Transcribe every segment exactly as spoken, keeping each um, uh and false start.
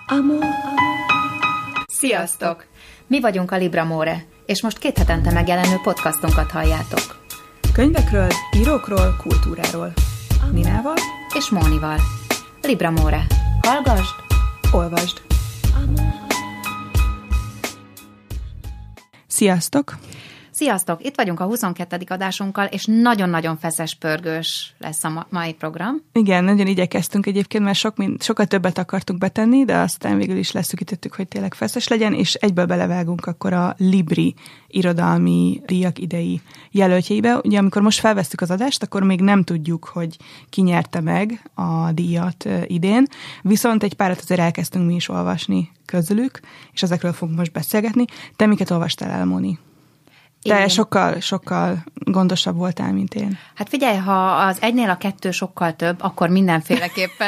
Amor. Sziasztok! Mi vagyunk a Libramore, és most két hetente megjelenő podcastunkat halljátok. Könyvekről, írókról, kultúráról. Ninával és Mónival. Libramore. Hallgasd, olvasd. Sziasztok! Sziasztok! Itt vagyunk a huszonkettedik adásunkkal, és nagyon-nagyon feszes pörgős lesz a ma- mai program. Igen, nagyon igyekeztünk egyébként, mert sok, mind, sokkal többet akartunk betenni, de aztán végül is leszűkítettük, hogy tényleg feszes legyen, és egyből belevágunk akkor a Libri irodalmi díjak idei jelöltjeibe. Ugye amikor most felvesztük az adást, akkor még nem tudjuk, hogy ki nyerte meg a díjat idén, viszont egy párat azért elkezdtünk mi is olvasni közülük, és ezekről fogunk most beszélgetni. Te miket olvastál el, Móni? Te én... sokkal, sokkal gondosabb voltál, mint én. Hát figyelj, ha az egynél a kettő sokkal több, akkor mindenféleképpen.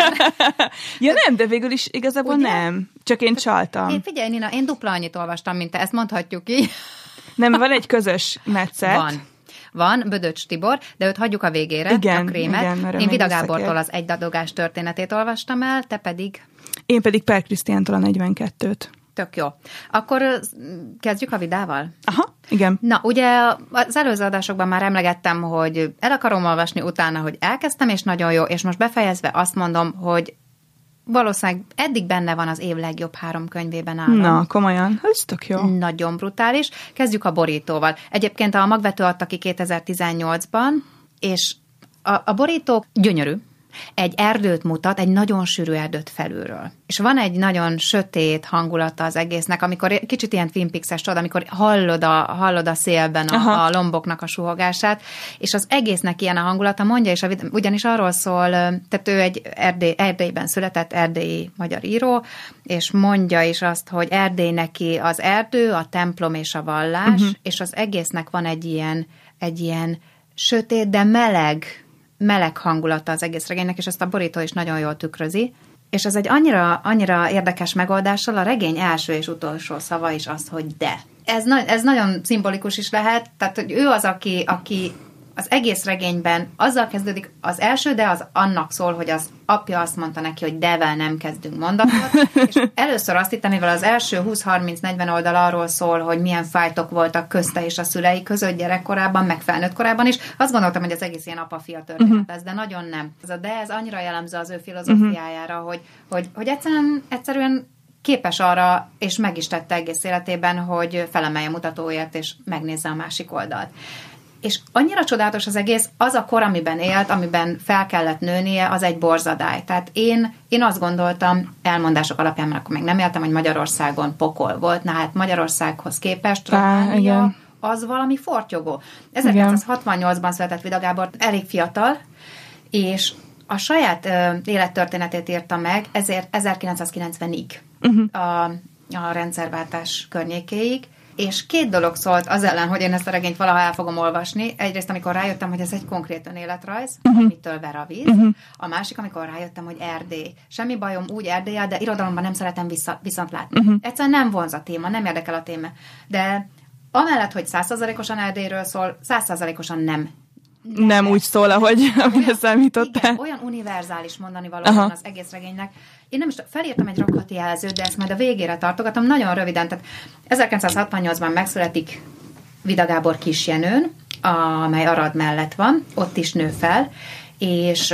Ja nem, de végül is igazából ugye? Nem. Csak én csaltam. Én, figyelj, Nina, én dupla annyit olvastam, mint te, ezt mondhatjuk így. Nem, van egy közös metszet. Van. Van, Bödöcs Tibor, de őt hagyjuk a végére, igen, a krémet. Igen, én Vida Gábortól az Egy dadogás történetét olvastam el, te pedig? Én pedig Per Krisztiántól a negyvenkettőt. Tök jó. Akkor kezdjük a Vidával? Aha, igen. Na, ugye az előző adásokban már emlegettem, hogy el akarom olvasni utána, hogy elkezdtem, és nagyon jó, és most befejezve azt mondom, hogy valószínűleg eddig benne van az év legjobb három könyvében áll. Na, komolyan, ez tök jó. Nagyon brutális. Kezdjük a borítóval. Egyébként a Magvető adta ki kétezer-tizennyolcban, és a, a borító gyönyörű. Egy erdőt mutat, egy nagyon sűrű erdőt felülről. És van egy nagyon sötét hangulata az egésznek, amikor kicsit ilyen Twin Peaks-es tudod, amikor hallod a, hallod a szélben a, a lomboknak a suhogását, és az egésznek ilyen a hangulata, mondja, és a, ugyanis arról szól, tehát ő egy Erdély, Erdélyben született erdélyi magyar író, és mondja is azt, hogy Erdély neki az erdő, a templom és a vallás, uh-huh. és az egésznek van egy ilyen, egy ilyen sötét, de meleg meleg hangulata az egész regénynek, és ezt a borító is nagyon jól tükrözi. És ez egy annyira, annyira érdekes megoldással, a regény első és utolsó szava is az, hogy de. Ez, na- ez nagyon szimbolikus is lehet, tehát hogy ő az, aki, aki az egész regényben azzal kezdődik, az első de az annak szól, hogy az apja azt mondta neki, hogy devel nem kezdünk mondatot, és először azt hittem, mivel az első húsz-harminc-negyven oldal arról szól, hogy milyen fájtok voltak közte és a szülei között gyerekkorában, meg felnőtt korában is, azt gondoltam, hogy az egész ilyen apa-fia történet uh-huh. lesz, de nagyon nem. Ez a de, ez annyira jellemző az ő filozófiájára, uh-huh. hogy, hogy, hogy egyszerűen, egyszerűen képes arra, és meg is tette egész életében, hogy felemelje mutatóért, és megnézze a másik oldalt. És annyira csodálatos az egész, az a kor, amiben élt, amiben fel kellett nőnie, az egy borzadály. Tehát én, én azt gondoltam, elmondások alapján, mert akkor még nem éltem, hogy Magyarországon pokol volt, na hát Magyarországhoz képest Románia az valami fortyogó. ezerkilencszázhatvannyolcban született Vida Gábor, elég fiatal, és a saját ö, élettörténetét írta meg, ezért ezerkilencszázkilencvenig uh-huh. a, a rendszerváltás környékéig, és két dolog szólt az ellen, hogy én ezt a regényt valaha el fogom olvasni. Egyrészt, amikor rájöttem, hogy ez egy konkrét önéletrajz, uh-huh. amitől ver a víz. Uh-huh. A másik, amikor rájöttem, hogy Erdély. Semmi bajom úgy Erdéllyel, de irodalomban nem szeretem vissza, viszont látni. Uh-huh. Egyszerűen nem vonz a téma, nem érdekel a téma. De amellett, hogy száz százalékosan Erdélyről szól, száz százalékosan nem. Nem, nem úgy szól, ahogy amire számítottál. Igen, olyan univerzális mondani valóban az egész regénynek. Én nem is felírtam egy rakhati jelzőt, de ezt majd a végére tartogatom, nagyon röviden. Tehát ezerkilencszázhatvannyolcban megszületik Vida Gábor Kisjenőn, amely Arad mellett van, ott is nő fel, és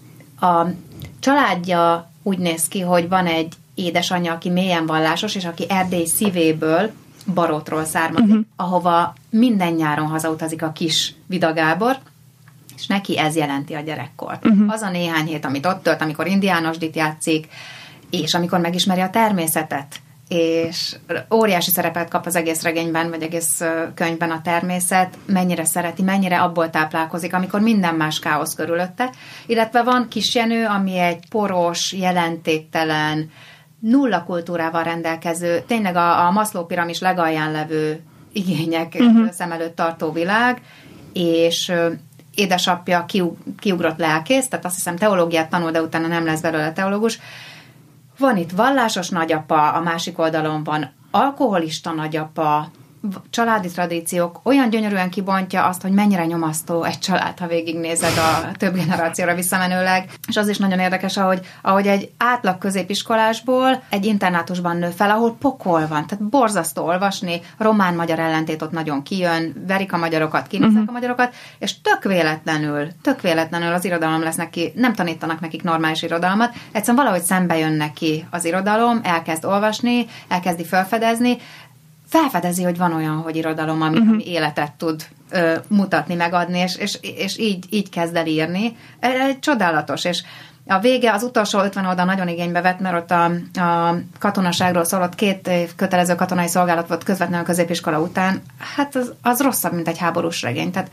a családja úgy néz ki, hogy van egy édesanyja, aki mélyen vallásos, és aki Erdély szívéből, Barótról származik, uh-huh. ahova minden nyáron hazautazik a kis Vida Gábor, és neki ez jelenti a gyerekkort. Uh-huh. Az a néhány hét, amit ott tölt, amikor indiánosdit játszik, és amikor megismeri a természetet, és óriási szerepet kap az egész regényben, vagy egész könyvben a természet, mennyire szereti, mennyire abból táplálkozik, amikor minden más káosz körülötte. Illetve van Kisjenő, ami egy poros, jelentéktelen, nulla kultúrával rendelkező, tényleg a, a Maslow piramis legalján levő igények uh-huh. szem előtt tartó világ, és édesapja kiug, kiugrott lelkész, tehát azt hiszem teológiát tanul, de utána nem lesz belőle teológus. Van itt vallásos nagyapa, a másik oldalon van alkoholista nagyapa, családi tradíciók olyan gyönyörűen kibontja azt, hogy mennyire nyomasztó egy család, ha végignézed a több generációra visszamenőleg. És az is nagyon érdekes, ahogy, ahogy egy átlag középiskolásból egy internátusban nő fel, ahol pokol van. Tehát borzasztó olvasni, román-magyar ellentét ott nagyon kijön, verik a magyarokat, kinéznek uh-huh. a magyarokat, és tök véletlenül, tök véletlenül az irodalom lesz neki, nem tanítanak nekik normális irodalmat, egyszerűen valahogy szembe jön neki az irodalom, elkezd olvasni, elkezdi felfedezni, felfedezi, hogy van olyan, hogy irodalom, ami, uh-huh. ami életet tud ö, mutatni, megadni, és, és, és így, így kezd el írni. Egy csodálatos, és a vége, az utolsó ötven oldal nagyon igénybe vett, mert ott a, a katonaságról szólott, két év kötelező katonai szolgálat volt közvetlenül a középiskola után. Hát az, az rosszabb, mint egy háborús regény. Tehát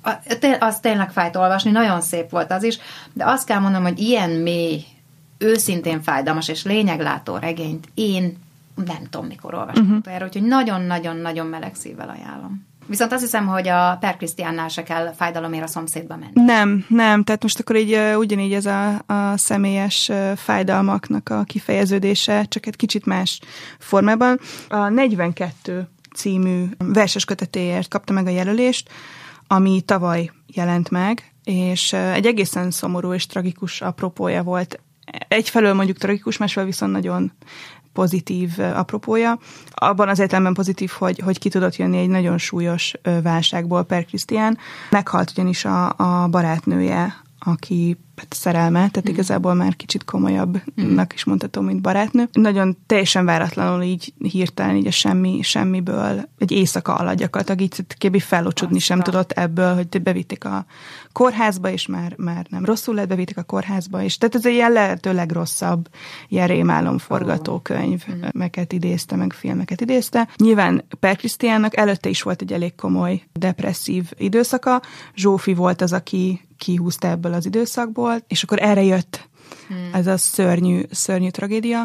az tényleg fájt olvasni, nagyon szép volt az is, de azt kell mondanom, hogy ilyen mély, őszintén fájdalmas és lényeglátó regényt én nem tudom, mikor olvastam uh-huh. erről, úgyhogy nagyon-nagyon-nagyon meleg szívvel ajánlom. Viszont azt hiszem, hogy a Per Krisztiánnál se kell fájdalomért a szomszédba menni. Nem, nem. Tehát most akkor így ugyanígy ez a, a személyes fájdalmaknak a kifejeződése, csak egy kicsit más formában. A negyvenkettő című verses kötetéért kapta meg a jelölést, ami tavaly jelent meg, és egy egészen szomorú és tragikus apropója volt. Egyfelől mondjuk tragikus, másfelől viszont nagyon pozitív apropója. Abban az értelemben pozitív, hogy, hogy ki tudott jönni egy nagyon súlyos válságból Per Krisztián. Meghalt ugyanis a, a barátnője, aki szerelme, tehát mm. igazából már kicsit komolyabbnak mm. is mondhatom, mint barátnő. Nagyon teljesen váratlanul így hirtelen, így a semmi, semmiből egy éjszaka alatt gyakorlatilag így kb. Fellocsudni sem tudott ebből, hogy bevitték a kórházba, és már, már nem rosszul lett, bevitték a kórházba, és tehát ez egy ilyen lehető legrosszabb ilyen rémálom forgatókönyv, oh. meket idézte, meg filmeket idézte. Nyilván Per Krisztiánnak előtte is volt egy elég komoly depresszív időszaka. Zsófi volt az, aki kihúzta ebből az időszakból, és akkor erre jött hmm. ez a szörnyű, szörnyű tragédia,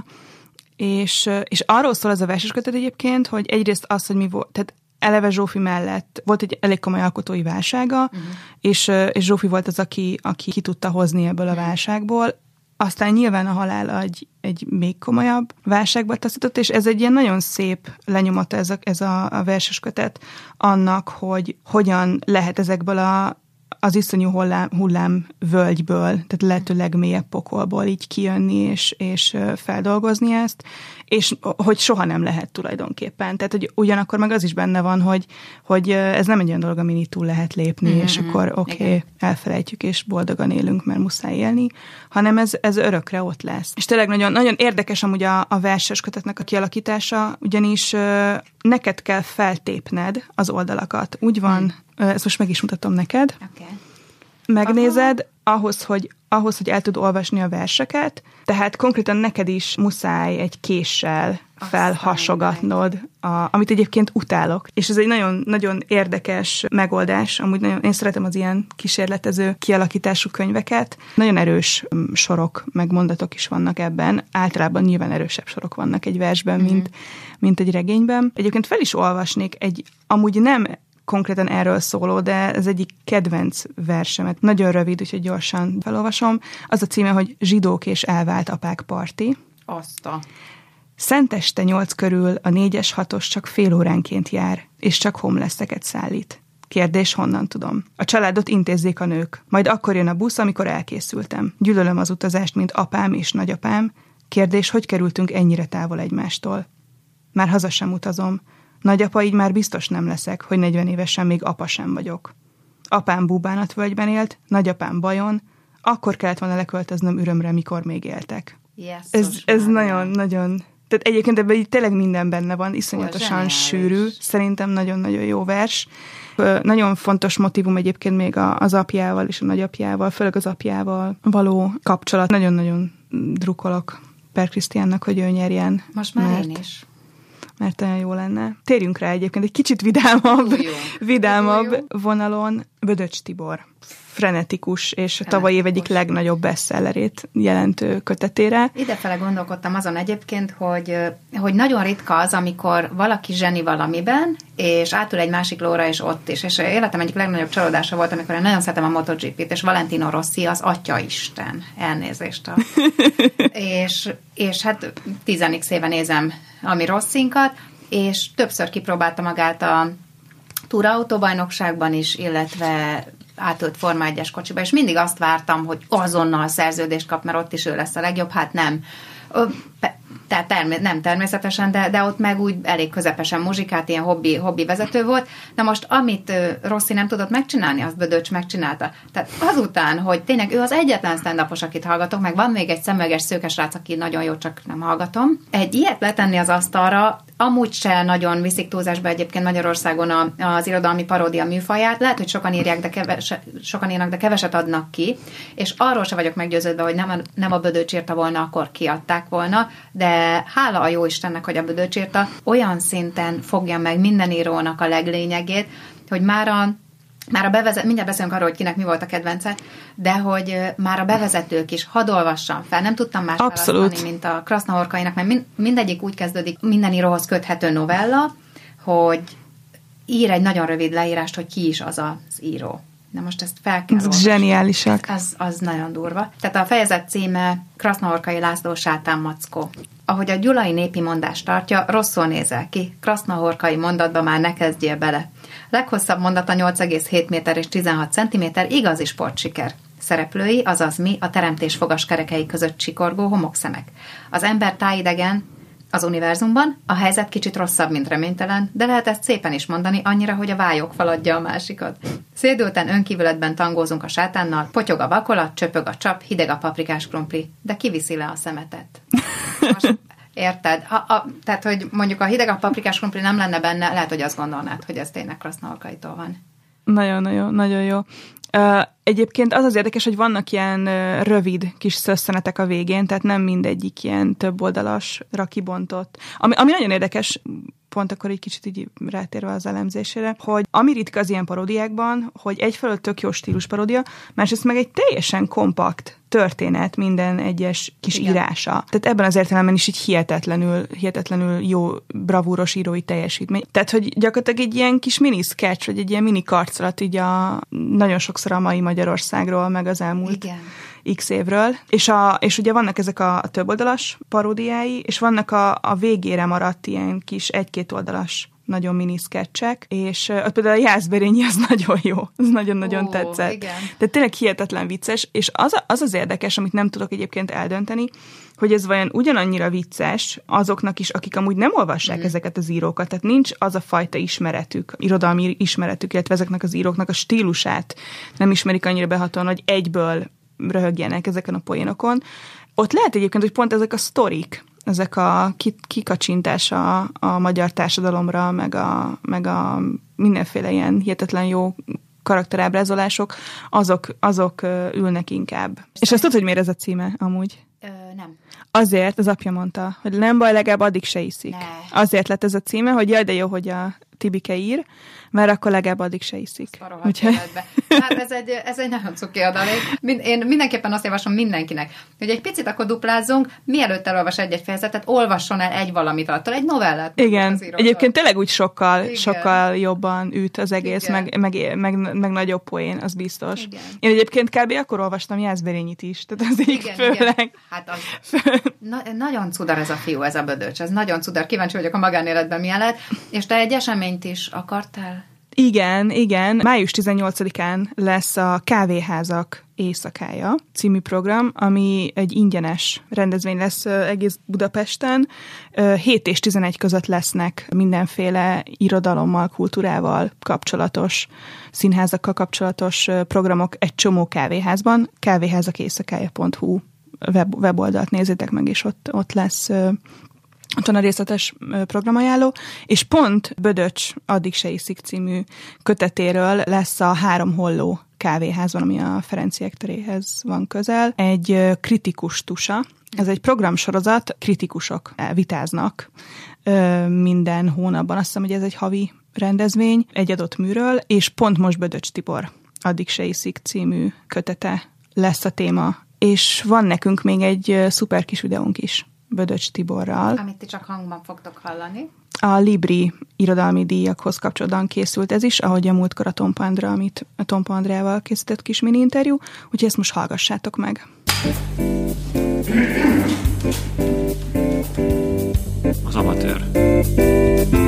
és, és arról szól ez a verseskötet egyébként, hogy egyrészt az, hogy mi volt, tehát eleve Zsófi mellett volt egy elég komoly alkotói válsága, uh-huh. és, és Zsófi volt az, aki, aki ki tudta hozni ebből a válságból. Aztán nyilván a halál egy, egy még komolyabb válságba taszított, és ez egy ilyen nagyon szép lenyomata ez a, ez a, a verseskötet annak, hogy hogyan lehet ezekből a az iszonyú hullám, hullám völgyből, tehát lehető legmélyebb pokolból így kijönni és, és feldolgozni ezt, és hogy soha nem lehet tulajdonképpen. Tehát, hogy ugyanakkor meg az is benne van, hogy, hogy ez nem egy olyan dolog, amin így túl lehet lépni, mm-hmm. és akkor oké, okay, elfelejtjük, és boldogan élünk, mert muszáj élni, hanem ez, ez örökre ott lesz. És tényleg nagyon, nagyon érdekes amúgy a, a verses kötetnek a kialakítása, ugyanis neked kell feltépned az oldalakat. Úgy van, mm. ezt most meg is mutatom neked. Okay. Megnézed, Aha. ahhoz, hogy, ahhoz, hogy el tud olvasni a verseket, tehát konkrétan neked is muszáj egy késsel felhasogatnod, a, amit egyébként utálok. És ez egy nagyon, nagyon érdekes megoldás. Amúgy nagyon, én szeretem az ilyen kísérletező kialakítású könyveket. Nagyon erős sorok, meg mondatok is vannak ebben. Általában nyilván erősebb sorok vannak egy versben, mm-hmm. mint, mint egy regényben. Egyébként fel is olvasnék egy, amúgy nem konkrétan erről szóló, de ez egyik kedvenc versemet. Nagyon rövid, úgyhogy gyorsan felolvasom. Az a címe, hogy Zsidók és elvált apák parti. Azt a... Szenteste nyolc körül a négyes hatos csak fél óránként jár, és csak homelesseket szállít. Kérdés, honnan tudom? A családot intézzék a nők. Majd akkor jön a busz, amikor elkészültem. Gyűlölöm az utazást, mint apám és nagyapám. Kérdés, hogy kerültünk ennyire távol egymástól? Már haza sem utazom. Nagyapa, így már biztos nem leszek, hogy negyven évesen még apa sem vagyok. Apám Búbánatvölgyben élt, nagyapám Bajon, akkor kellett volna leköltöznöm Ürömre, mikor még éltek. Yes, ez ez nagyon-nagyon... Tehát egyébként ebben így tényleg minden benne van, iszonyatosan oh, sűrű. Szerintem nagyon-nagyon jó vers. Nagyon fontos motívum egyébként még az apjával és a nagyapjával, főleg az apjával való kapcsolat. Nagyon-nagyon drukkolok Per Krisztiánnak, hogy ő nyerjen. Most már mert... én is. mert olyan jó lenne. Térjünk rá egyébként egy kicsit vidámabb, jó, jó. vidámabb jó, jó. vonalon. Bödöcs Tibor, frenetikus, és a tavalyi év egyik legnagyobb bestsellerét jelentő kötetére. Idefele gondolkodtam azon egyébként, hogy, hogy nagyon ritka az, amikor valaki zseni valamiben, és átül egy másik lóra, és ott is. És életem egyik legnagyobb csalódása volt, amikor én nagyon szeretem a MotoGP-t, és Valentino Rossi az atyaisten. Elnézést. A... és, és hát tizenik éve nézem a mi Rossinkat, és többször kipróbálta magát a túraautóbajnokságban is, illetve átült Forma egyes kocsiba, és mindig azt vártam, hogy azonnal szerződést kap, mert ott is ő lesz a legjobb, hát nem. Tehát termé- nem természetesen, de, de ott meg úgy elég közepesen muzsikált, ilyen hobbi, hobbi vezető volt. Na most, amit Rossi nem tudott megcsinálni, azt Bödöcs megcsinálta. Tehát azután, hogy tényleg ő az egyetlen stand-upos, akit hallgatok, meg van még egy szemüveges szőkes rác, aki nagyon jó, csak nem hallgatom. Egy ilyet letenni az asztalra, amúgy se nagyon viszik túlzásba egyébként Magyarországon a, az irodalmi paródia műfaját. Lehet, hogy sokan írják, de keveset, sokan írnak, de keveset adnak ki, és arról se vagyok meggyőződve, hogy nem a, nem a Bödöcs írta volna, akkor kiadták volna, de hála a jó Istennek, hogy a Bödöcs írta, olyan szinten fogja meg minden írónak a leglényegét, hogy már a Már a bevezet, mindjárt beszélünk arról, hogy kinek mi volt a kedvence, de hogy már a bevezetők is, hadd olvassam fel, nem tudtam más választani, mint a Krasznahorkainak, mert mind, mindegyik úgy kezdődik, minden íróhoz köthető novella, hogy ír egy nagyon rövid leírást, hogy ki is az az író. Na most ezt fel kell olvasni. Zseniálisak. Az, az nagyon durva. Tehát a fejezet címe Krasznahorkai László Sátán Mackó. Ahogy a gyulai népi mondás tartja, rosszul nézel ki, krasznahorkai mondatba már ne kezdjél bele. Leghosszabb mondata nyolc egész hét méter és tizenhat centiméter, igazi sportsiker. Szereplői, azaz mi, a teremtés fogaskerekei között csikorgó homokszemek. Az ember tájidegen az univerzumban, a helyzet kicsit rosszabb, mint reménytelen, de lehet ezt szépen is mondani, annyira, hogy a vályok faladja a másikat. Szédülten önkívületben tangózunk a sátánnal, potyog a vakolat, csöpög a csap, hideg a paprikás krumpli, de kiviszi le a szemetet. Most, érted? Ha, a, tehát, hogy mondjuk a hideg a paprikás krumpli nem lenne benne, lehet, hogy azt gondolnád, hogy ez tényleg Krasznahorkaitól van. Nagyon-nagyon, nagyon jó. Uh, egyébként az az érdekes, hogy vannak ilyen uh, rövid kis szösszenetek a végén, tehát nem mindegyik ilyen több oldalasra kibontott. Ami, ami nagyon érdekes, pont akkor egy kicsit így rátérve az elemzésére, hogy ami ritka az ilyen paródiákban, hogy egyfelől tök jó stílus paródia, másrészt meg egy teljesen kompakt történet minden egyes kis Igen. írása. Tehát ebben az értelemben is így hihetetlenül, hihetetlenül jó, bravúros írói teljesítmény. Tehát, hogy gyakorlatilag egy ilyen kis mini sketch, vagy egy ilyen mini karcolat így a nagyon sokszor a mai Magyarországról, meg az elmúlt Igen. x évről. És, a, és ugye vannak ezek a többoldalas paródiái, és vannak a, a végére maradt ilyen kis egy-két oldalas nagyon mini sketchek, és ott például a Jászberényi az nagyon jó, az nagyon-nagyon Ó, tetszett. Igen. Tehát tényleg hihetetlen vicces, és az, az az érdekes, amit nem tudok egyébként eldönteni, hogy ez vajon ugyanannyira vicces azoknak is, akik amúgy nem olvassák mm. ezeket az írókat, tehát nincs az a fajta ismeretük, irodalmi ismeretük, illetve ezeknek az íróknak a stílusát nem ismerik annyira behatóan, hogy egyből röhögjenek ezeken a poénokon. Ott lehet egyébként, hogy pont ezek a sztorik, ezek a kikacsintás a, a magyar társadalomra, meg a, meg a mindenféle ilyen hihetetlen jó karakterábrázolások, azok, azok ülnek inkább. Szerint. És azt tudod, hogy miért ez a címe amúgy? Ö, nem. Azért, az apja mondta, hogy nem baj, legalább addig se iszik. Ne. Azért lett ez a címe, hogy jaj, de jó, hogy a Tibike ír, mert akkor legalább addig se iszik. Úgyhogy... Hát ez egy, ez egy nagyon cuki adalék. Én mindenképpen azt javaslom mindenkinek, hogy egy picit akkor duplázzunk, mielőtt elolvas egy-egy fejezetet, olvasson el egy valamit attól, egy novellát. Igen, egyébként tényleg úgy sokkal, Igen. sokkal jobban üt az egész, meg, meg, meg, meg nagyobb poén, az biztos. Igen. Én egyébként kb. Akkor olvastam Jászberényit is, tehát az egyik főleg. Igen. Hát az na, nagyon cudar ez a fiú, ez a Bödöcs, ez nagyon cudar. Kíváncsi vagyok a magánéletben milyen lett, és te egy eseményt is akartál? Igen, igen. május tizennyolcadikán lesz a Kávéházak éjszakája című program, ami egy ingyenes rendezvény lesz egész Budapesten. hét és tizenegy között lesznek mindenféle irodalommal, kultúrával kapcsolatos, színházakkal kapcsolatos programok egy csomó kávéházban. kávéházak éjszakája pont hu web, weboldalt nézzétek meg, és ott, ott lesz... Ott van a részletes programajánló, és pont Bödöcs Addig se iszik című kötetéről lesz a Három holló kávéházban, ami a Ferenciek teréhez van közel, egy kritikus tusa. Ez egy programsorozat, kritikusok vitáznak minden hónapban. Azt hiszem, hogy ez egy havi rendezvény egy adott műről, és pont most Bödöcs Tibor Addig se iszik című kötete lesz a téma. És van nekünk még egy szuper kis videónk is Bödöcs Tiborral. Amit ti csak hangban fogtok hallani. A Libri irodalmi díjakhoz kapcsolatban készült ez is, ahogy a múltkor a Tompa Andrea, amit a Tompa Andreával készített kis mini interjú, úgyhogy ezt most hallgassátok meg. Az amatőr.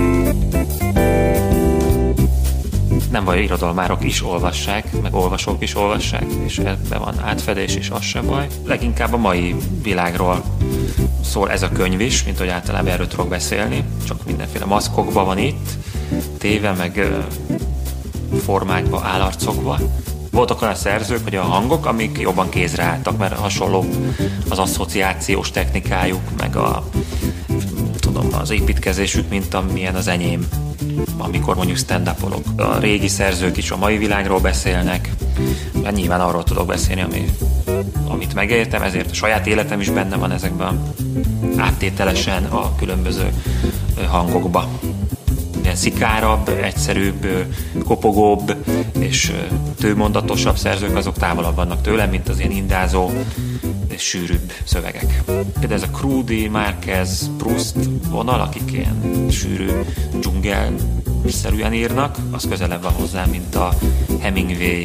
baj, irodalmárok is olvassák, meg olvasók is olvassák, és ebben van átfedés, és az se baj. Leginkább a mai világról szól ez a könyv is, mint hogy általában erről tudok beszélni, csak mindenféle maszkokban van itt, téve, meg formákba, állarcokba. Voltak olyan szerzők, hogy a hangok, amik jobban kézre álltak, mert hasonló az asszociációs technikájuk, meg a, tudom, az építkezésük, mint amilyen az enyém, amikor mondjuk stand-upolok. A régi szerzők is a mai világról beszélnek, mert nyilván arról tudok beszélni, ami, amit megértem, ezért a saját életem is benne van ezekben áttételesen a különböző hangokba. Ilyen szikárabb, egyszerűbb, kopogóbb és tőmondatosabb szerzők, azok távolabb vannak tőlem, mint az ilyen indázó és sűrűbb szövegek. Például ez a Crudi, Márquez, Proust vonal, akik ilyen sűrű dzsungel-szerűen írnak, az közelebb van hozzá, mint a Hemingway.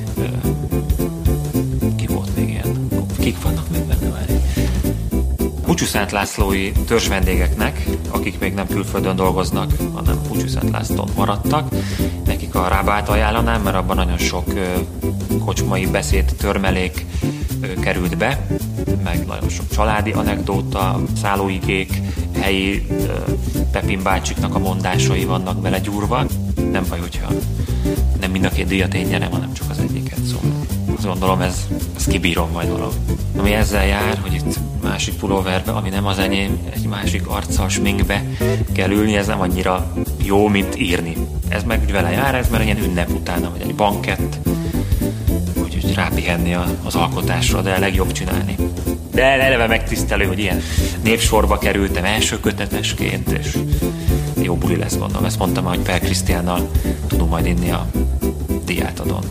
Ki volt még ilyen? Kik vannak még benne már? Búcsúszent Lászlói törzs vendégeknek, akik még nem külföldön dolgoznak, hanem Búcsúszent Lászlón maradtak, nekik a Rábát ajánlanám, mert abban nagyon sok kocsmai beszéd, törmelék került be, meg nagyon sok családi anekdóta, szállóigék, helyi Pepin bácsiknak a mondásai vannak belegyúrva. Nem baj, hogyha nem mind a két díjat én nyerem, hanem csak az egyiket, szóval azt gondolom, ez, ez kibírom majd valahogy. Ami ezzel jár, hogy itt másik pulóverbe, ami nem az enyém, egy másik arccal, sminkbe kell ülni, ez nem annyira jó, mint írni. Ez meg úgy vele jár, ez már ilyen ünnep utána, vagy egy bankett, úgyhogy rápihenni az alkotásra, de a legjobb csinálni. De eleve megtisztelő, hogy ilyen névsorba kerültem első kötetesként, és jó buli lesz, gondolom. Ezt mondtam, hogy Per Krisztiánnal tudunk majd inni a diátadon.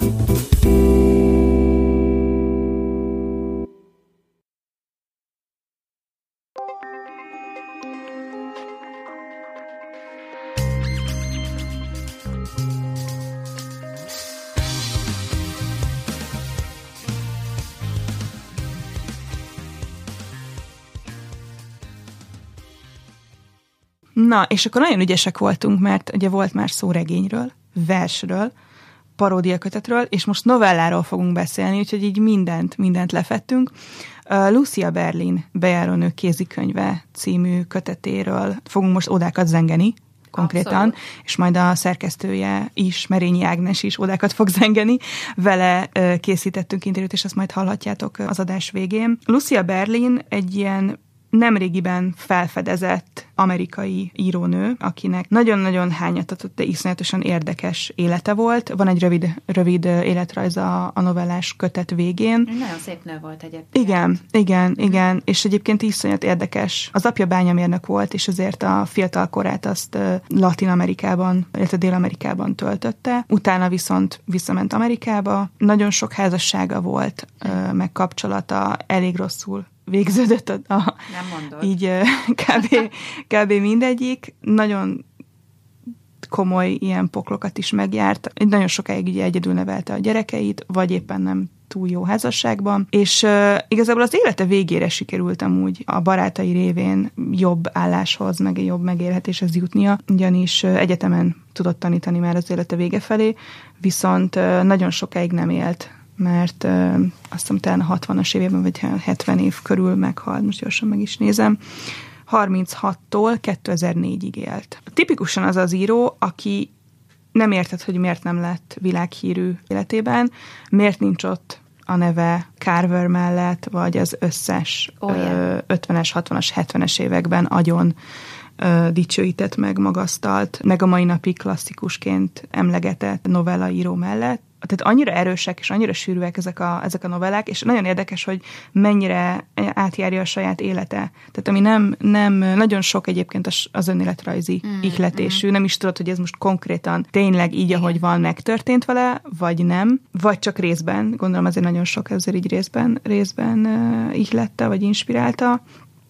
Na, és akkor nagyon ügyesek voltunk, mert ugye volt már szó regényről, versről, paródiakötetről, és most novelláról fogunk beszélni, úgyhogy így mindent, mindent lefettünk. Uh, Lucia Berlin bejárónő kézikönyve című kötetéről fogunk most odákat zengeni, konkrétan, abszolút. És majd a szerkesztője is, Merényi Ágnes is odákat fog zengeni. Vele uh, készítettünk interjút, és azt majd hallhatjátok az adás végén. Lucia Berlin egy ilyen nemrégiben felfedezett amerikai írónő, akinek nagyon-nagyon hányatatott, de iszonyatosan érdekes élete volt. Van egy rövid, rövid életrajza a novellás kötet végén. Nagyon szép nő volt egyébként. Igen, igen, igen, és egyébként iszonyat érdekes. Az apja bányamérnök volt, és azért a fiatal korát azt Latin-Amerikában, illetve Dél-Amerikában töltötte. Utána viszont visszament Amerikába. Nagyon sok házassága volt, meg kapcsolata, elég rosszul végződött a, a nem mondod. Így kb, kb. Mindegyik. Nagyon komoly ilyen poklokat is megjárt. Nagyon sokáig ugye egyedül nevelte a gyerekeit, vagy éppen nem túl jó házasságban, és uh, igazából az élete végére sikerült amúgy a barátai révén jobb álláshoz, meg jobb megélhetéshez jutnia, ugyanis uh, egyetemen tudott tanítani már az élete vége felé, viszont uh, nagyon sokáig nem élt, mert uh, azt hiszem talán a hatvanas évében, vagy hetven év körül meghalt, most gyorsan meg is nézem, harminchattól kétezer-négyig élt. Tipikusan az az író, aki nem érted, hogy miért nem lett világhírű életében, miért nincs ott a neve Carver mellett, vagy az összes oh, yeah. ötvenes, hatvanas, hetvenes években agyon ö, dicsőített, meg magasztalt, meg a mai napig klasszikusként emlegetett novellaíró mellett. Tehát annyira erősek és annyira sűrűek ezek a, ezek a novellák, és nagyon érdekes, hogy mennyire átjárja a saját élete. Tehát ami nem, nem nagyon sok egyébként az önéletrajzi mm, ihletésű, mm. nem is tudod, hogy ez most konkrétan tényleg így, igen. ahogy van, megtörtént vele, vagy nem, vagy csak részben, gondolom azért nagyon sok ezzel így részben, részben uh, ihlette, vagy inspirálta,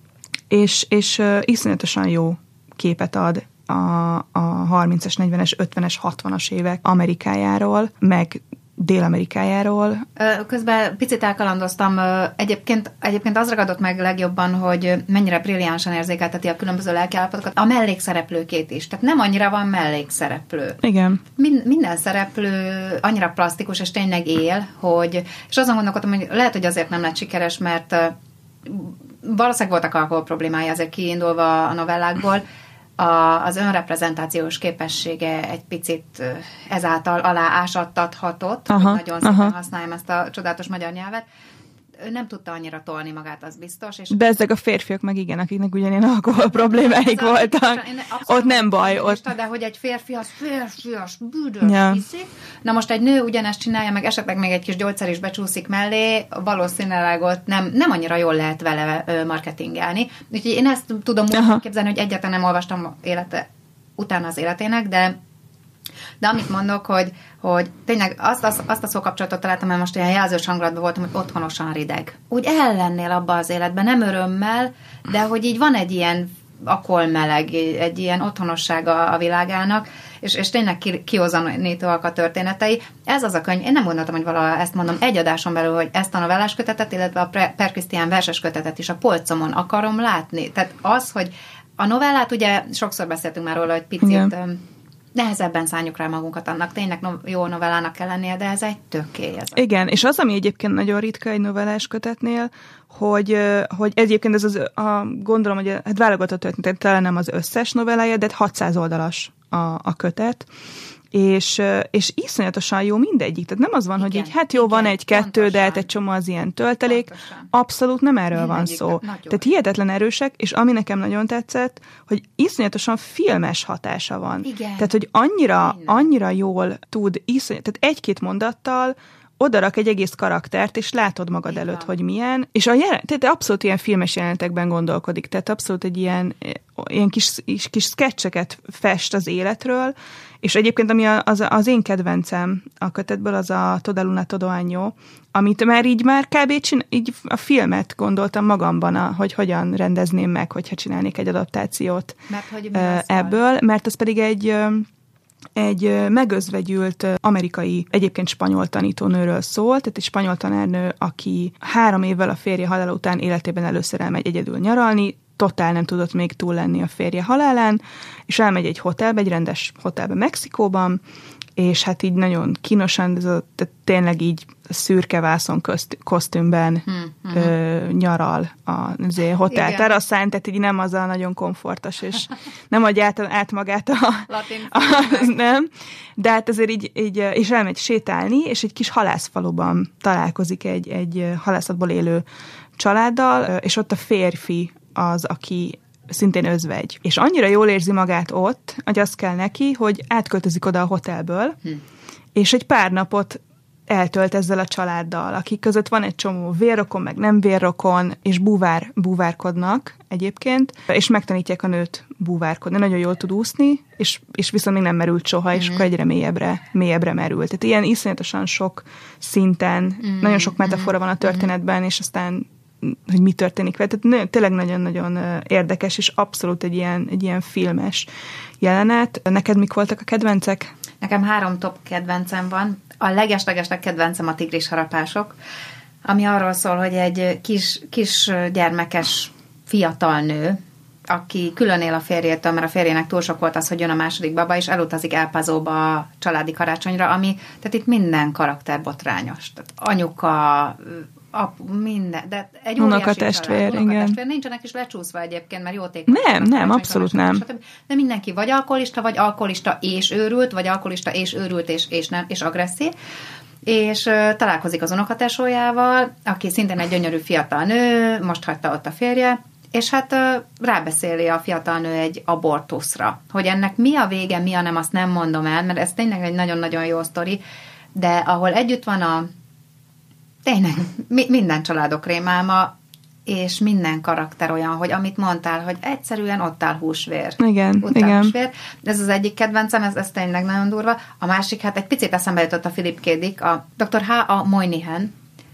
és, és uh, iszonyatosan jó képet ad a, a harmincas, negyvenes, ötvenes, hatvanas évek Amerikájáról, meg Dél-Amerikájáról. Közben picit elkalandoztam. Egyébként, egyébként az ragadott meg legjobban, hogy mennyire brilliánsan érzékelteti a különböző lelkiállapotokat. A mellékszereplőkét is. Tehát nem annyira van mellékszereplő. Igen. Min, minden szereplő annyira plastikus, és tényleg él, hogy... És azon gondolkodtam, hogy lehet, hogy azért nem lett sikeres, mert valószínűleg voltak alkohol problémája, azért kiindulva a novellákból. A, az önreprezentációs képessége egy picit ezáltal aláásattathatott, aha, hogy nagyon szépen aha. használjam ezt a csodálatos magyar nyelvet. Ő nem tudta annyira tolni magát, az biztos. És de ezek a férfiak meg igen, akiknek ugyanilyen alkohol problémáik voltak. Ott nem baj. Ott... De hogy egy férfi az férfias, büdös ja. hiszik. Na most egy nő ugyanezt csinálja, meg esetleg még egy kis gyógyszer is becsúszik mellé, valószínűleg ott nem, nem annyira jól lehet vele marketingelni. Úgyhogy én ezt tudom úgy képzelni, hogy egyáltalán nem olvastam élete, utána az életének, de De amit mondok, hogy, hogy tényleg azt, azt, azt a szókapcsolatot találtam, mert most ilyen jelzős hangulatban voltam, hogy otthonosan rideg. Úgy ellennél abba az életben, nem örömmel, de hogy így van egy ilyen akol meleg, egy ilyen otthonossága a világának, és, és tényleg ki, kihozanítóak a történetei. Ez az a könyv, én nem gondoltam, hogy valaha ezt mondom egy adáson belül, hogy ezt a novellás kötetet, illetve a Per Krisztián verses kötetet is a polcomon akarom látni. Tehát az, hogy a novellát, ugye sokszor beszéltünk már róla, hogy picit... Igen. Nehezebben szálljuk rá magunkat, annak tényleg no- jó novellának kell lennie, de ez egy tökély. Ez igen, és az, ami egyébként nagyon ritka egy novellás kötetnél, hogy, hogy egyébként ez az, a, gondolom, hogy hát válogatott történet, talán nem az összes novellája, de hatszáz oldalas a, a kötet, és, és iszonyatosan jó mindegyik. Tehát nem az van, igen, hogy így, hát jó, igen, van egy-kettő, de hát egy csomó az ilyen töltelék. Pontosan. Abszolút nem erről mindegyik van szó. Tehát hihetetlen erősek, és ami nekem nagyon tetszett, hogy iszonyatosan filmes hatása van. Igen. Tehát, hogy annyira, annyira jól tud, iszonyat, tehát egy-két mondattal odarak egy egész karaktert, és látod magad igen. előtt, hogy milyen, és a jelen, tehát abszolút ilyen filmes jelenetekben gondolkodik, tehát abszolút egy ilyen, ilyen kis, kis sketcheket fest az életről, és egyébként ami az, az én kedvencem a kötetből, az a Toda Luna Todo Año, amit már így már kb. Csin, így a filmet gondoltam magamban, a, hogy hogyan rendezném meg, hogyha csinálnék egy adaptációt mert, hogy ebből, mert az pedig egy... egy megözvegyült amerikai, egyébként spanyol tanítónőről szól, tehát egy spanyol tanárnő, aki három évvel a férje halála után életében először elmegy egyedül nyaralni, totál nem tudott még túl lenni a férje halálán, és elmegy egy hotelbe, egy rendes hotelbe Mexikóban, és hát így nagyon kínosan, ez a, tényleg így szürke vászon közt, kosztümben hmm, ö, nyaral a hotel teraszán, tehát így nem az a nagyon komfortos, és nem adja át, át magát a... a nem, de hát azért így, így, és elmegy sétálni, és egy kis halászfaluban találkozik egy, egy halászatból élő családdal, és ott a férfi az, aki szintén özvegy. És annyira jól érzi magát ott, hogy az kell neki, hogy átköltözik oda a hotelből, hm. és egy pár napot eltölt ezzel a családdal, akik között van egy csomó vérrokon, meg nem vérrokon, és búvár, búvárkodnak egyébként, és megtanítják a nőt búvárkodni. Nagyon jól tud úszni, és, és viszont még nem merült soha, és mm. akkor egyre mélyebbre, mélyebbre merült. Tehát ilyen iszonyatosan sok szinten, mm. nagyon sok metafora van a történetben, és aztán hogy mi történik vele. Tehát tényleg nagyon-nagyon érdekes, és abszolút egy ilyen, egy ilyen filmes jelenet. Neked mik voltak a kedvencek? Nekem három top kedvencem van. A leges-legesleg kedvencem a Tigris harapások, ami arról szól, hogy egy kis, kis gyermekes fiatal nő, aki külön él a férjétől, mert a férjének túl sok volt az, hogy jön a második baba, és elutazik El Pasoba a családi karácsonyra, ami, tehát itt minden karakter botrányos. Tehát anyuka, apu, minden, de egy unokatestvér, igen. Nincsenek is lecsúszva egyébként, mert jótékony. Nem, nem, abszolút nem. De mindenki vagy alkoholista, vagy alkoholista és őrült, vagy alkoholista és őrült és, és, nem, és agresszív. És uh, találkozik az unokatesójával, aki szintén egy gyönyörű fiatal nő, most hagyta ott a férje, és hát uh, rábeszéli a fiatal nő egy abortuszra. Hogy ennek mi a vége, mi a nem, azt nem mondom el, mert ez tényleg egy nagyon-nagyon jó sztori, de ahol együtt van a tényleg mi, minden családok rémálma, és minden karakter olyan, hogy amit mondtál, hogy egyszerűen ott áll húsvér. Igen, ott igen. Áll húsvér. Ez az egyik kedvencem, ez, ez tényleg nagyon durva. A másik, hát egy picit eszembe jutott a Philip K. Dick, a doktor H. A. Moynihan,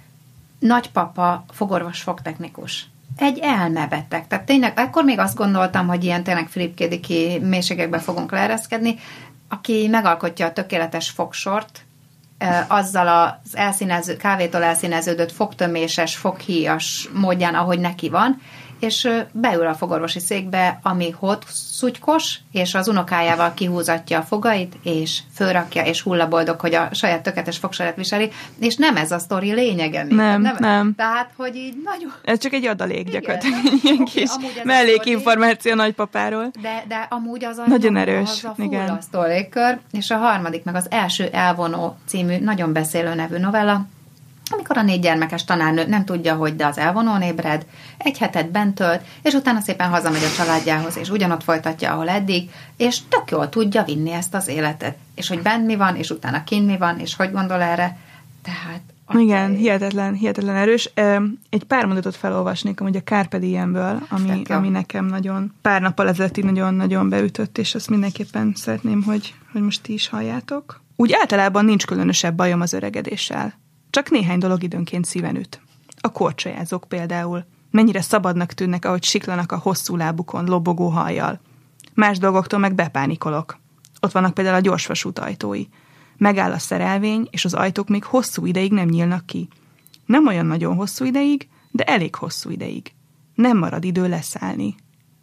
nagypapa, fogorvos, fogtechnikus. Egy elmebeteg. Tehát tényleg, ekkor még azt gondoltam, hogy ilyen tényleg Philip K. Dick-i mélységekbe fogunk leereszkedni, aki megalkotja a tökéletes fogsort, azzal az elszínező, kávétól elszíneződött fogtöméses, foghíjas módján, ahogy neki van, és beül a fogorvosi székbe, ami hotszutykos, és az unokájával kihúzatja a fogait, és fölrakja, és hullaboldog, hogy a saját tökéletes fogsaját viseli, és nem ez a sztori lényege. Nem, nem, nem. Tehát, hogy így nagyon... Ez csak egy adalék gyakorlatilag, ilyen kis mellékinformáció nagypapáról. De, de amúgy az a, nagyon erős, az a fullasztó légkör, és a harmadik, meg az első elvonó című, nagyon beszélő nevű novella, amikor a négy gyermekes tanárnő nem tudja, hogy de az elvonón ébred, egy hetet bent tölt, és utána szépen hazamegy a családjához, és ugyanott folytatja, ahol eddig, és tök jól tudja vinni ezt az életet. És hogy bent mi van, és utána kint mi van, és hogy gondol erre. Tehát... Igen, egy... hihetetlen, hihetetlen erős. Egy pár mondatot felolvasnék, amúgy a Carpe Diemből, ami, ami nekem nagyon pár nappal ezelőtt nagyon-nagyon beütött, és azt mindenképpen szeretném, hogy, hogy most ti is halljátok. Úgy általában nincs különösebb bajom az öregedéssel. Csak néhány dolog időnként szíven üt. A korcsolyázók például. Mennyire szabadnak tűnnek, ahogy siklanak a hosszú lábukon, lobogó hajjal. Más dolgoktól meg bepánikolok. Ott vannak például a gyorsvasút ajtói. Megáll a szerelvény, és az ajtók még hosszú ideig nem nyílnak ki. Nem olyan nagyon hosszú ideig, de elég hosszú ideig. Nem marad idő leszállni.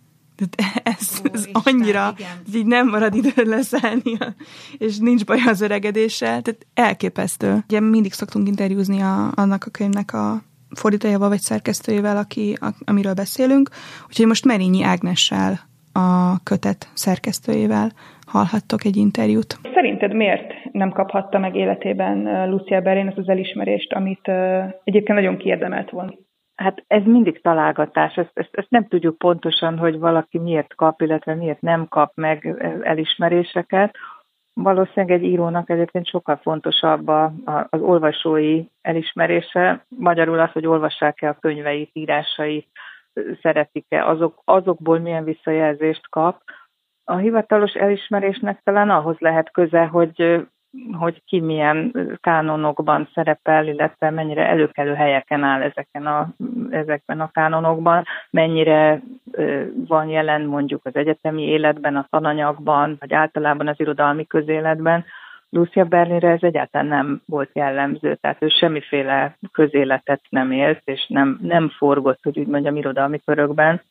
Ez, ez Ó, annyira, hogy így nem marad időd leszállni, és nincs baj az öregedéssel, tehát elképesztő. Ugye mindig szoktunk interjúzni a, annak a könyvnek a fordítójával vagy szerkesztőjével, aki, a, amiről beszélünk, úgyhogy most Merényi Ágnessel, a kötet szerkesztőjével hallhattok egy interjút. Szerinted miért nem kaphatta meg életében Lucia Berlin ezt az elismerést, amit uh, egyébként nagyon kiérdemelt volna? Hát ez mindig találgatás, ezt, ezt, ezt nem tudjuk pontosan, hogy valaki miért kap, illetve miért nem kap meg elismeréseket. Valószínűleg egy írónak egyébként sokkal fontosabb a, a, az olvasói elismerése, magyarul az, hogy olvassák-e a könyveit, írásait, szeretik-e, azok, azokból milyen visszajelzést kap. A hivatalos elismerésnek talán ahhoz lehet köze, hogy hogy ki milyen kánonokban szerepel, illetve mennyire előkelő helyeken áll ezeken a, ezekben a kánonokban, mennyire ö, van jelen mondjuk az egyetemi életben, a tananyagban, vagy általában az irodalmi közéletben. Lucia Berlinre ez egyáltalán nem volt jellemző, tehát ő semmiféle közéletet nem élt, és nem, nem forgott, hogy úgy mondjam, irodalmi körökben.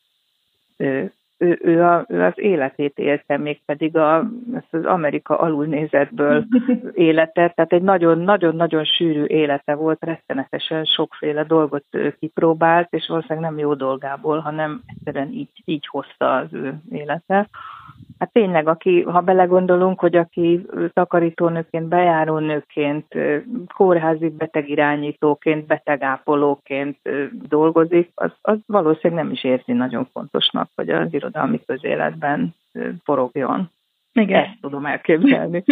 Ő, Ő, ő, a, ő az életét élte, mégpedig a, az Amerika alulnézetből életet, tehát egy nagyon-nagyon sűrű élete volt, rettenetesen sokféle dolgot kipróbált, és valószínűleg nem jó dolgából, hanem egyszerűen így, így hozta az ő élete. Hát tényleg, aki, ha belegondolunk, hogy aki takarítónőként, bejárónőként, kórházi betegirányítóként, betegápolóként dolgozik, az, az valószínűleg nem is érzi nagyon fontosnak, hogy az irodalmi közéletben forogjon. Igen. Ezt tudom elképzelni.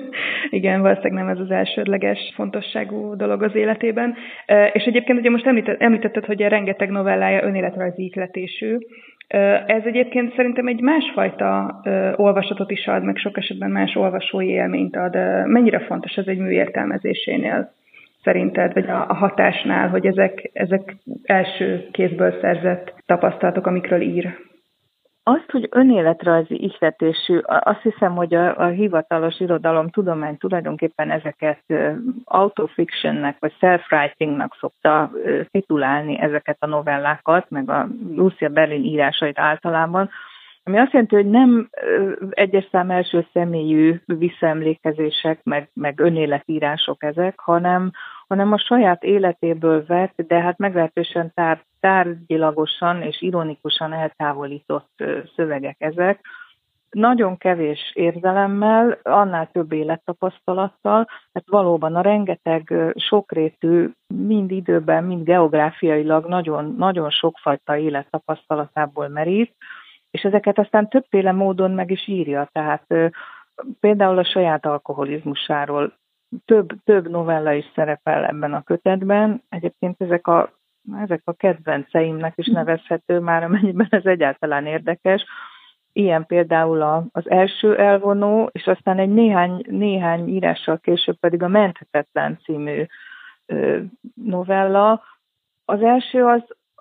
Igen, valószínűleg nem ez az elsődleges fontosságú dolog az életében. És egyébként ugye most említetted, hogy a rengeteg novellája önéletrajzi ihletésű. Ez egyébként szerintem egy másfajta olvasatot is ad, meg sok esetben más olvasói élményt ad. Mennyire fontos ez egy mű értelmezésénél szerinted, vagy a hatásnál, hogy ezek, ezek első kézből szerzett tapasztalatok, amikről ír? Azt, hogy önéletrajzi ihletésű, azt hiszem, hogy a, a hivatalos irodalomtudomány tulajdonképpen ezeket autofictionnek vagy self-writingnak szokta titulálni ezeket a novellákat, meg a Lucia Berlin írásait általában, ami azt jelenti, hogy nem egyes szám első személyű visszaemlékezések, meg, meg önéletírások ezek, hanem, hanem a saját életéből vett, de hát meglehetősen tár, tárgyilagosan és ironikusan eltávolított szövegek ezek. Nagyon kevés érzelemmel, annál több élettapasztalattal, tehát valóban a rengeteg sokrétű, mind időben, mind geográfiailag nagyon, nagyon sokfajta élettapasztalatából merít, és ezeket aztán többféle módon meg is írja, tehát például a saját alkoholizmusáról több, több novella is szerepel ebben a kötetben. Egyébként ezek a, ezek a kedvenceimnek is nevezhető már, amennyiben ez egyáltalán érdekes. Ilyen például a, az első elvonó, és aztán egy néhány, néhány írással később pedig a Menthetetlen című ö, novella. Az első az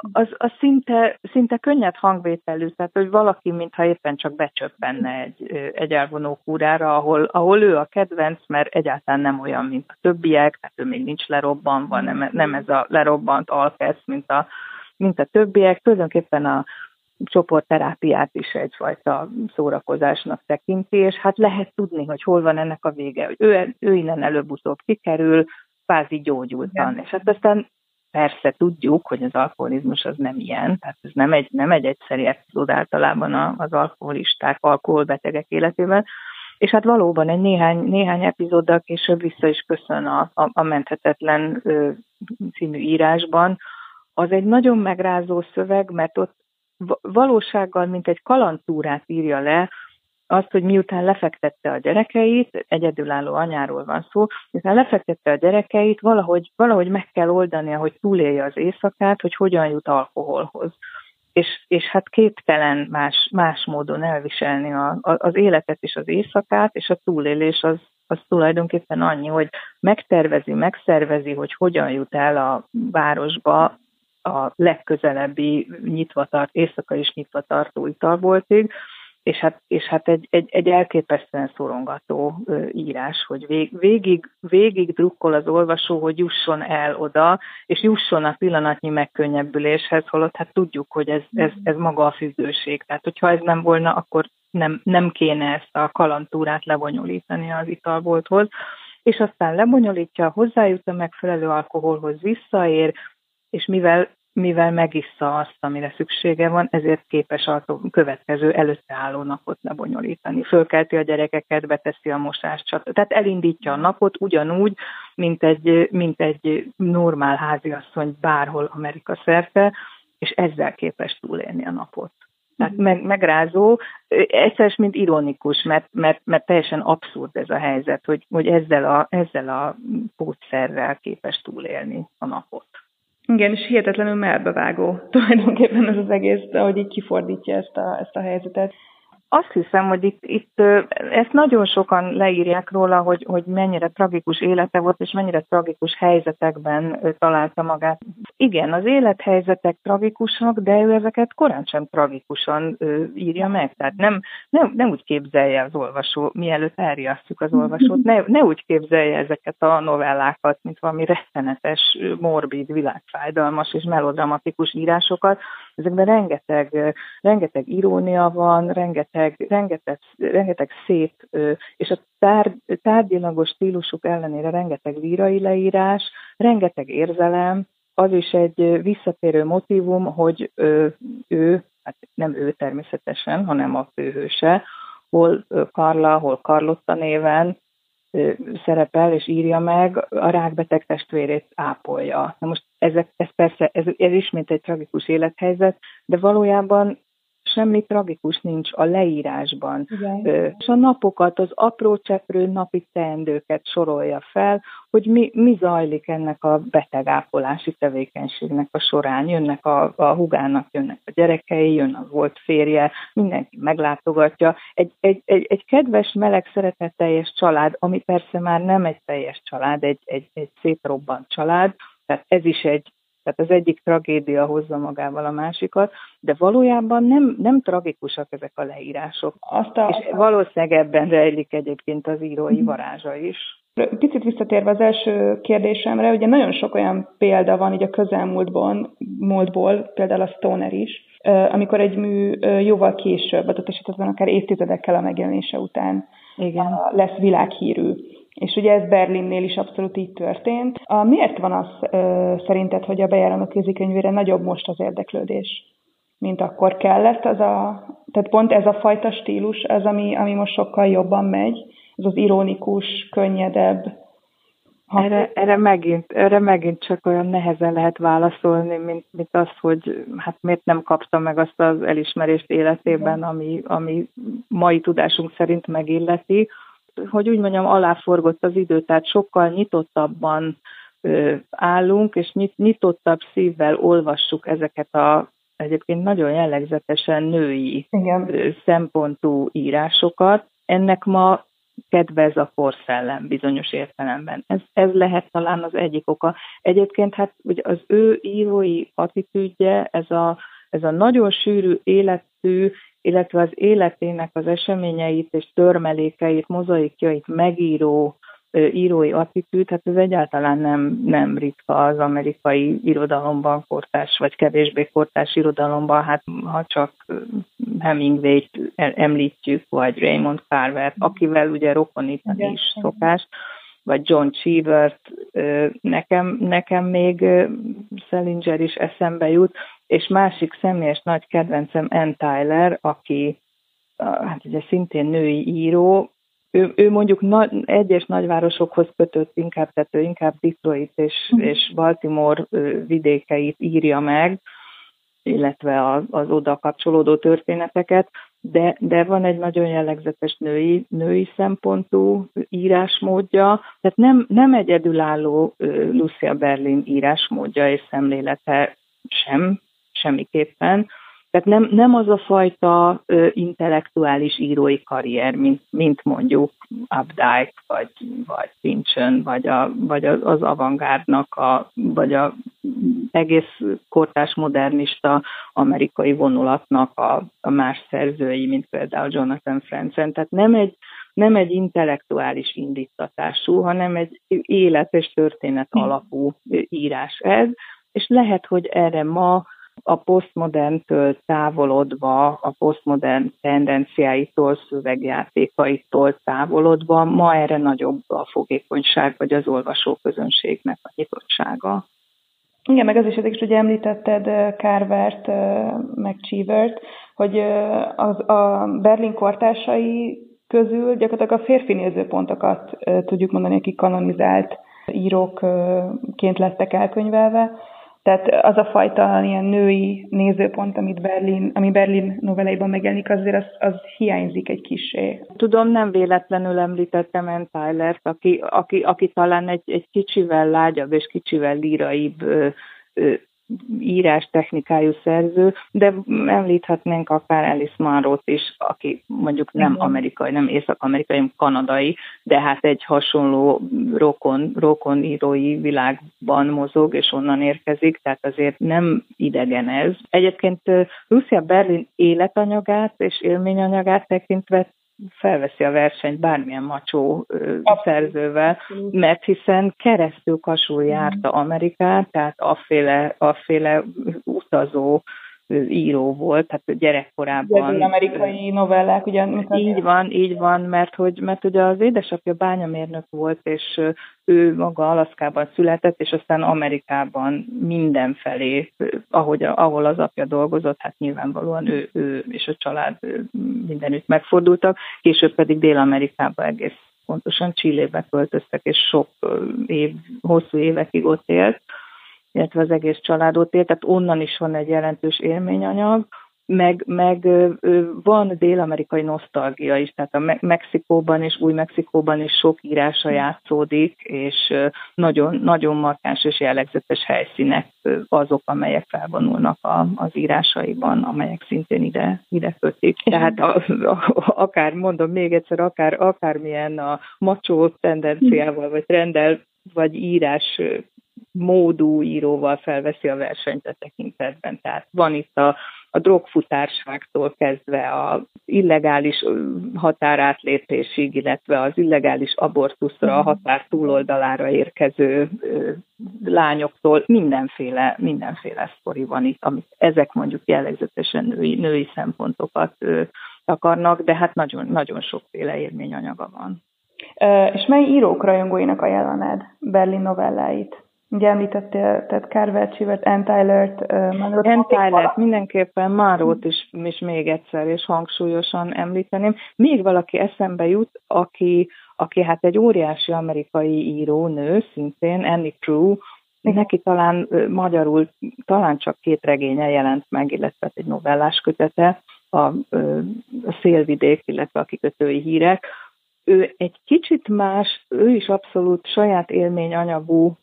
az, az szinte, szinte könnyed hangvételű, tehát hogy valaki, mintha éppen csak becsöppenne egy, egy elvonó kúrára, ahol, ahol ő a kedvenc, mert egyáltalán nem olyan, mint a többiek, tehát ő még nincs lerobbanva, nem, nem ez a lerobbant alkesz, mint a, mint a többiek. Tulajdonképpen a csoportterápiát is egyfajta szórakozásnak tekinti, és hát lehet tudni, hogy hol van ennek a vége, hogy ő, ő innen előbb-utóbb kikerül, kvázi gyógyultan. És hát aztán persze tudjuk, hogy az alkoholizmus az nem ilyen, tehát ez nem egy, nem egy egyszeri epizód általában az alkoholisták, alkoholbetegek életében, és hát valóban egy néhány, néhány epizóddal később vissza is köszön a, a, a Menthetetlen ö, című írásban. Az egy nagyon megrázó szöveg, mert ott valósággal, mint egy kalandtúrát írja le, azt, hogy miután lefektette a gyerekeit, egyedülálló anyáról van szó, miután lefektette a gyerekeit, valahogy, valahogy meg kell oldania, hogy túlélje az éjszakát, hogy hogyan jut alkoholhoz. És, és hát képtelen más, más módon elviselni a, a, az életet és az éjszakát, és a túlélés az, az tulajdonképpen annyi, hogy megtervezi, megszervezi, hogy hogyan jut el a városba a legközelebbi nyitva tart, éjszaka is nyitva tartó italboltig, és hát, és hát egy, egy, egy elképesztően szorongató ö, írás, hogy vég, végig, végig drukkol az olvasó, hogy jusson el oda, és jusson a pillanatnyi megkönnyebbüléshez, holott hát tudjuk, hogy ez, ez, ez maga a függőség. Tehát, hogyha ez nem volna, akkor nem, nem kéne ezt a kalandtúrát lebonyolítani az italbolthoz, és aztán lebonyolítja, hozzájut a megfelelő alkoholhoz, visszaér, és mivel mivel megissza azt, amire szüksége van, ezért képes a következő előtte álló napot lebonyolítani. Fölkelti a gyerekeket, beteszi a mosást, tehát elindítja a napot ugyanúgy, mint egy, mint egy normál háziasszony bárhol Amerika szerte, és ezzel képes túlélni a napot. Tehát meg, megrázó, egyszer mint ironikus, mert, mert, mert teljesen abszurd ez a helyzet, hogy, hogy ezzel a, ezzel a pótszerrel képes túlélni a napot. Igen, és hihetetlenül melbevágó tulajdonképpen ez az egész, ahogy így kifordítja ezt a, ezt a helyzetet. Azt hiszem, hogy itt, itt ezt nagyon sokan leírják róla, hogy, hogy mennyire tragikus élete volt, és mennyire tragikus helyzetekben találta magát. Igen, az élethelyzetek tragikusak, de ő ezeket korán sem tragikusan írja meg. Tehát nem, nem, nem úgy képzelje az olvasó, mielőtt elriasztjuk az olvasót, ne, ne úgy képzelje ezeket a novellákat, mint valami rettenetes, morbid, világfájdalmas és melodramatikus írásokat. Ezekben rengeteg, rengeteg irónia van, rengeteg Rengeteg, rengeteg szép, és a tár, tárgyilagos stílusuk ellenére rengeteg lírai leírás, rengeteg érzelem, az is egy visszatérő motívum, hogy ő, ő, hát nem ő természetesen, hanem a főhőse, hol Carla, hol Carlotta néven szerepel és írja meg, a rákbeteg testvérét ápolja. Na most ezek, ez persze, ez, ez ismét egy tragikus élethelyzet, de valójában semmi tragikus nincs a leírásban. Igen. És a napokat, az apró cseprő napi teendőket sorolja fel, hogy mi, mi zajlik ennek a betegápolási tevékenységnek a során. Jönnek a, a húgának, jönnek a gyerekei, jön a volt férje, mindenki meglátogatja. Egy, egy, egy, egy kedves, meleg, szeretetteljes család, ami persze már nem egy teljes család, egy, egy, egy szétrobbant család, tehát ez is egy Tehát az egyik tragédia hozza magával a másikat, de valójában nem, nem tragikusak ezek a leírások. Azt a, és valószínűleg ebben rejlik egyébként az írói varázsa is. Picit visszatérve az első kérdésemre, ugye nagyon sok olyan példa van így a közelmúltból, múltból, például a Stoner is, amikor egy mű jóval később, adott esetben akár évtizedekkel a megjelenése után Igen. lesz világhírű. És ugye ez Berlinnél is abszolút így történt. A, miért van az ö, szerinted, hogy a Bejárónok kézikönyvére nagyobb most az érdeklődés, mint akkor kellett? Az a, tehát pont ez a fajta stílus az, ami, ami most sokkal jobban megy, ez az ironikus, könnyedebb. Erre, erre, megint, erre megint csak olyan nehezen lehet válaszolni, mint, mint az, hogy hát miért nem kapta meg azt az elismerést életében, ami, ami mai tudásunk szerint megilleti. Hogy úgy mondjam, aláforgott az idő, tehát sokkal nyitottabban ö, állunk, és nyit, nyitottabb szívvel olvassuk ezeket a egyébként nagyon jellegzetesen női ö, szempontú írásokat. Ennek ma kedvez a korszellem bizonyos értelemben. Ez, ez lehet talán az egyik oka. Egyébként hát ugye az ő írói attitűdje, ez a, ez a nagyon sűrű életű, illetve az életének az eseményeit és törmelékeit, mozaikjait megíró írói attitűd, hát ez egyáltalán nem, nem ritka az amerikai irodalomban, kortárs vagy kevésbé kortárs irodalomban, hát ha csak Hemingway-t említjük, vagy Raymond Carvert, akivel ugye rokonítani igen, is szokás, vagy John Cheevert, nekem, nekem még Salinger is eszembe jut, és másik személyes nagy kedvencem Ann Tyler, aki hát ugye szintén női író. Ő, ő mondjuk na, egyes nagyvárosokhoz kötött inkább, tehát ő inkább Detroit és, mm. és Baltimore vidékeit írja meg, illetve az, az oda kapcsolódó történeteket, de, de van egy nagyon jellegzetes női, női szempontú írásmódja, tehát nem, nem egyedülálló Lucia Berlin írásmódja és szemlélete sem, semmiképpen. Tehát nem, nem az a fajta ö, intellektuális írói karrier, mint, mint mondjuk Updike, vagy, vagy Pynchon, vagy, a, vagy az avantgárdnak, a, vagy a egész kortárs modernista amerikai vonulatnak a, a más szerzői, mint például Jonathan Franzen. Tehát nem egy, nem egy intellektuális indítatású, hanem egy élet és történet alapú írás ez, és lehet, hogy erre ma a posztmoderntől távolodva, a posztmodern tendenciáitól, szövegjátékaitól távolodva, ma erre nagyobb a fogékonyság, vagy az olvasóközönségnek a nyitottsága. Igen, meg az is, hogy ugye említetted Carvert, meg Cheevert, hogy az, a Berlin kortársai közül gyakorlatilag a férfi nézőpontokat tudjuk mondani, akik kanonizált írókként lettek elkönyvelve. Tehát az a fajta ilyen női nézőpont, amit Berlin, ami Berlin novelleiban megjelenik, azért az, az hiányzik egy kissé. Tudom, nem véletlenül említettem Ann Tylert, aki, aki, aki talán egy, egy kicsivel lágyabb és kicsivel líraibb ö, ö, írás technikájú szerző, de említhetnénk akár Alice Munro-t is, aki mondjuk nem amerikai, nem észak-amerikai, hanem kanadai, de hát egy hasonló rokon, rokon írói világban mozog, és onnan érkezik, tehát azért nem idegen ez. Egyébként Lucia Berlin életanyagát és élményanyagát tekintve felveszi a versenyt bármilyen macsó ö, szerzővel, mert hiszen keresztül kasul járta Amerikát, tehát afféle, afféle utazó ö, író volt, tehát gyerekkorában. Az amerikai novellák, ugye? Így van, így van, mert hogy, mert ugye az édesapja bányamérnök volt, és ő maga Alaszkában született, és aztán Amerikában mindenfelé, ahogy, ahol az apja dolgozott, hát nyilvánvalóan ő, ő és a család mindenütt megfordultak, később pedig Dél-Amerikába egész pontosan Chilébe költöztek, és sok év, hosszú évekig ott élt, illetve az egész család ott élt, tehát onnan is van egy jelentős élményanyag, meg, meg van dél-amerikai nosztalgia is, tehát a Mexikóban és Új-Mexikóban is sok írása játszódik, és nagyon, nagyon markáns és jellegzetes helyszínek azok, amelyek felvonulnak a, az írásaiban, amelyek szintén ide, ide kötik. Tehát a, a, akár, mondom még egyszer, akár, akármilyen a macsó tendenciával, vagy rendel, vagy írás módú íróval felveszi a versenyt a tekintetben. Tehát van itt a, a drogfutárságtól kezdve az illegális határátlépésig, illetve az illegális abortuszra, a határ túloldalára érkező ö, lányoktól mindenféle, mindenféle sztori van itt, amit ezek mondjuk jellegzetesen női, női szempontokat ö, akarnak, de hát nagyon, nagyon sokféle élményanyaga van. Uh, és mely írók rajongóinak ajánlanád Berlin novelláit? Ugye említettél, tehát Carvert, Cheevert, Ann Tylert, uh, Munro-t. Ann Tylert, mindenképpen Munro-t is, is még egyszer, és hangsúlyosan említeném. Még valaki eszembe jut, aki, aki hát egy óriási amerikai író-nő, szintén Annie Proulx, neki talán uh, magyarul, talán csak két regénye jelent meg, illetve egy novellás kötete, a, uh, a Szélvidék, illetve a kikötői hírek. Ő egy kicsit más, ő is abszolút saját élményanyagú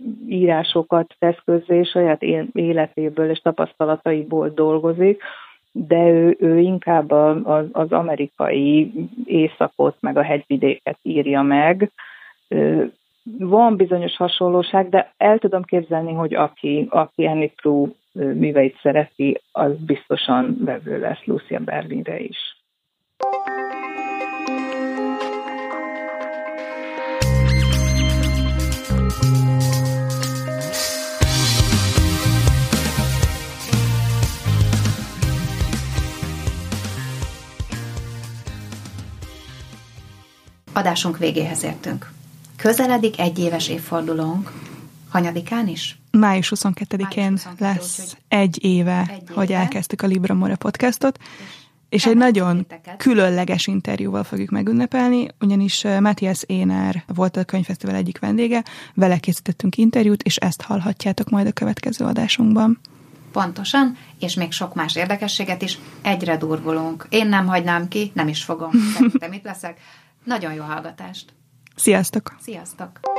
írásokat tesz közzé, saját életéből és tapasztalataiból dolgozik, de ő, ő inkább az, az amerikai északot, meg a hegyvidéket írja meg. Van bizonyos hasonlóság, de el tudom képzelni, hogy aki, aki Annie Proulx műveit szereti, az biztosan vevő lesz Lucia Berlinre is. Adásunk végéhez értünk. Közeledik egy éves évfordulónk. Hanyadikán is? május huszonkettedikén május huszonkettedikén lesz egy éve, egy éve, hogy elkezdtük a Libramore podcastot, és, és egy nagyon titeket. különleges interjúval fogjuk megünnepelni, ugyanis Matthias Énár volt a könyvfesztivál egyik vendége, vele készítettünk interjút, és ezt hallhatjátok majd a következő adásunkban. Pontosan, és még sok más érdekességet is. Egyre durvulunk. Én nem hagynám ki, nem is fogom. Szerintem itt leszek. Nagyon jó hallgatást! Sziasztok! Sziasztok!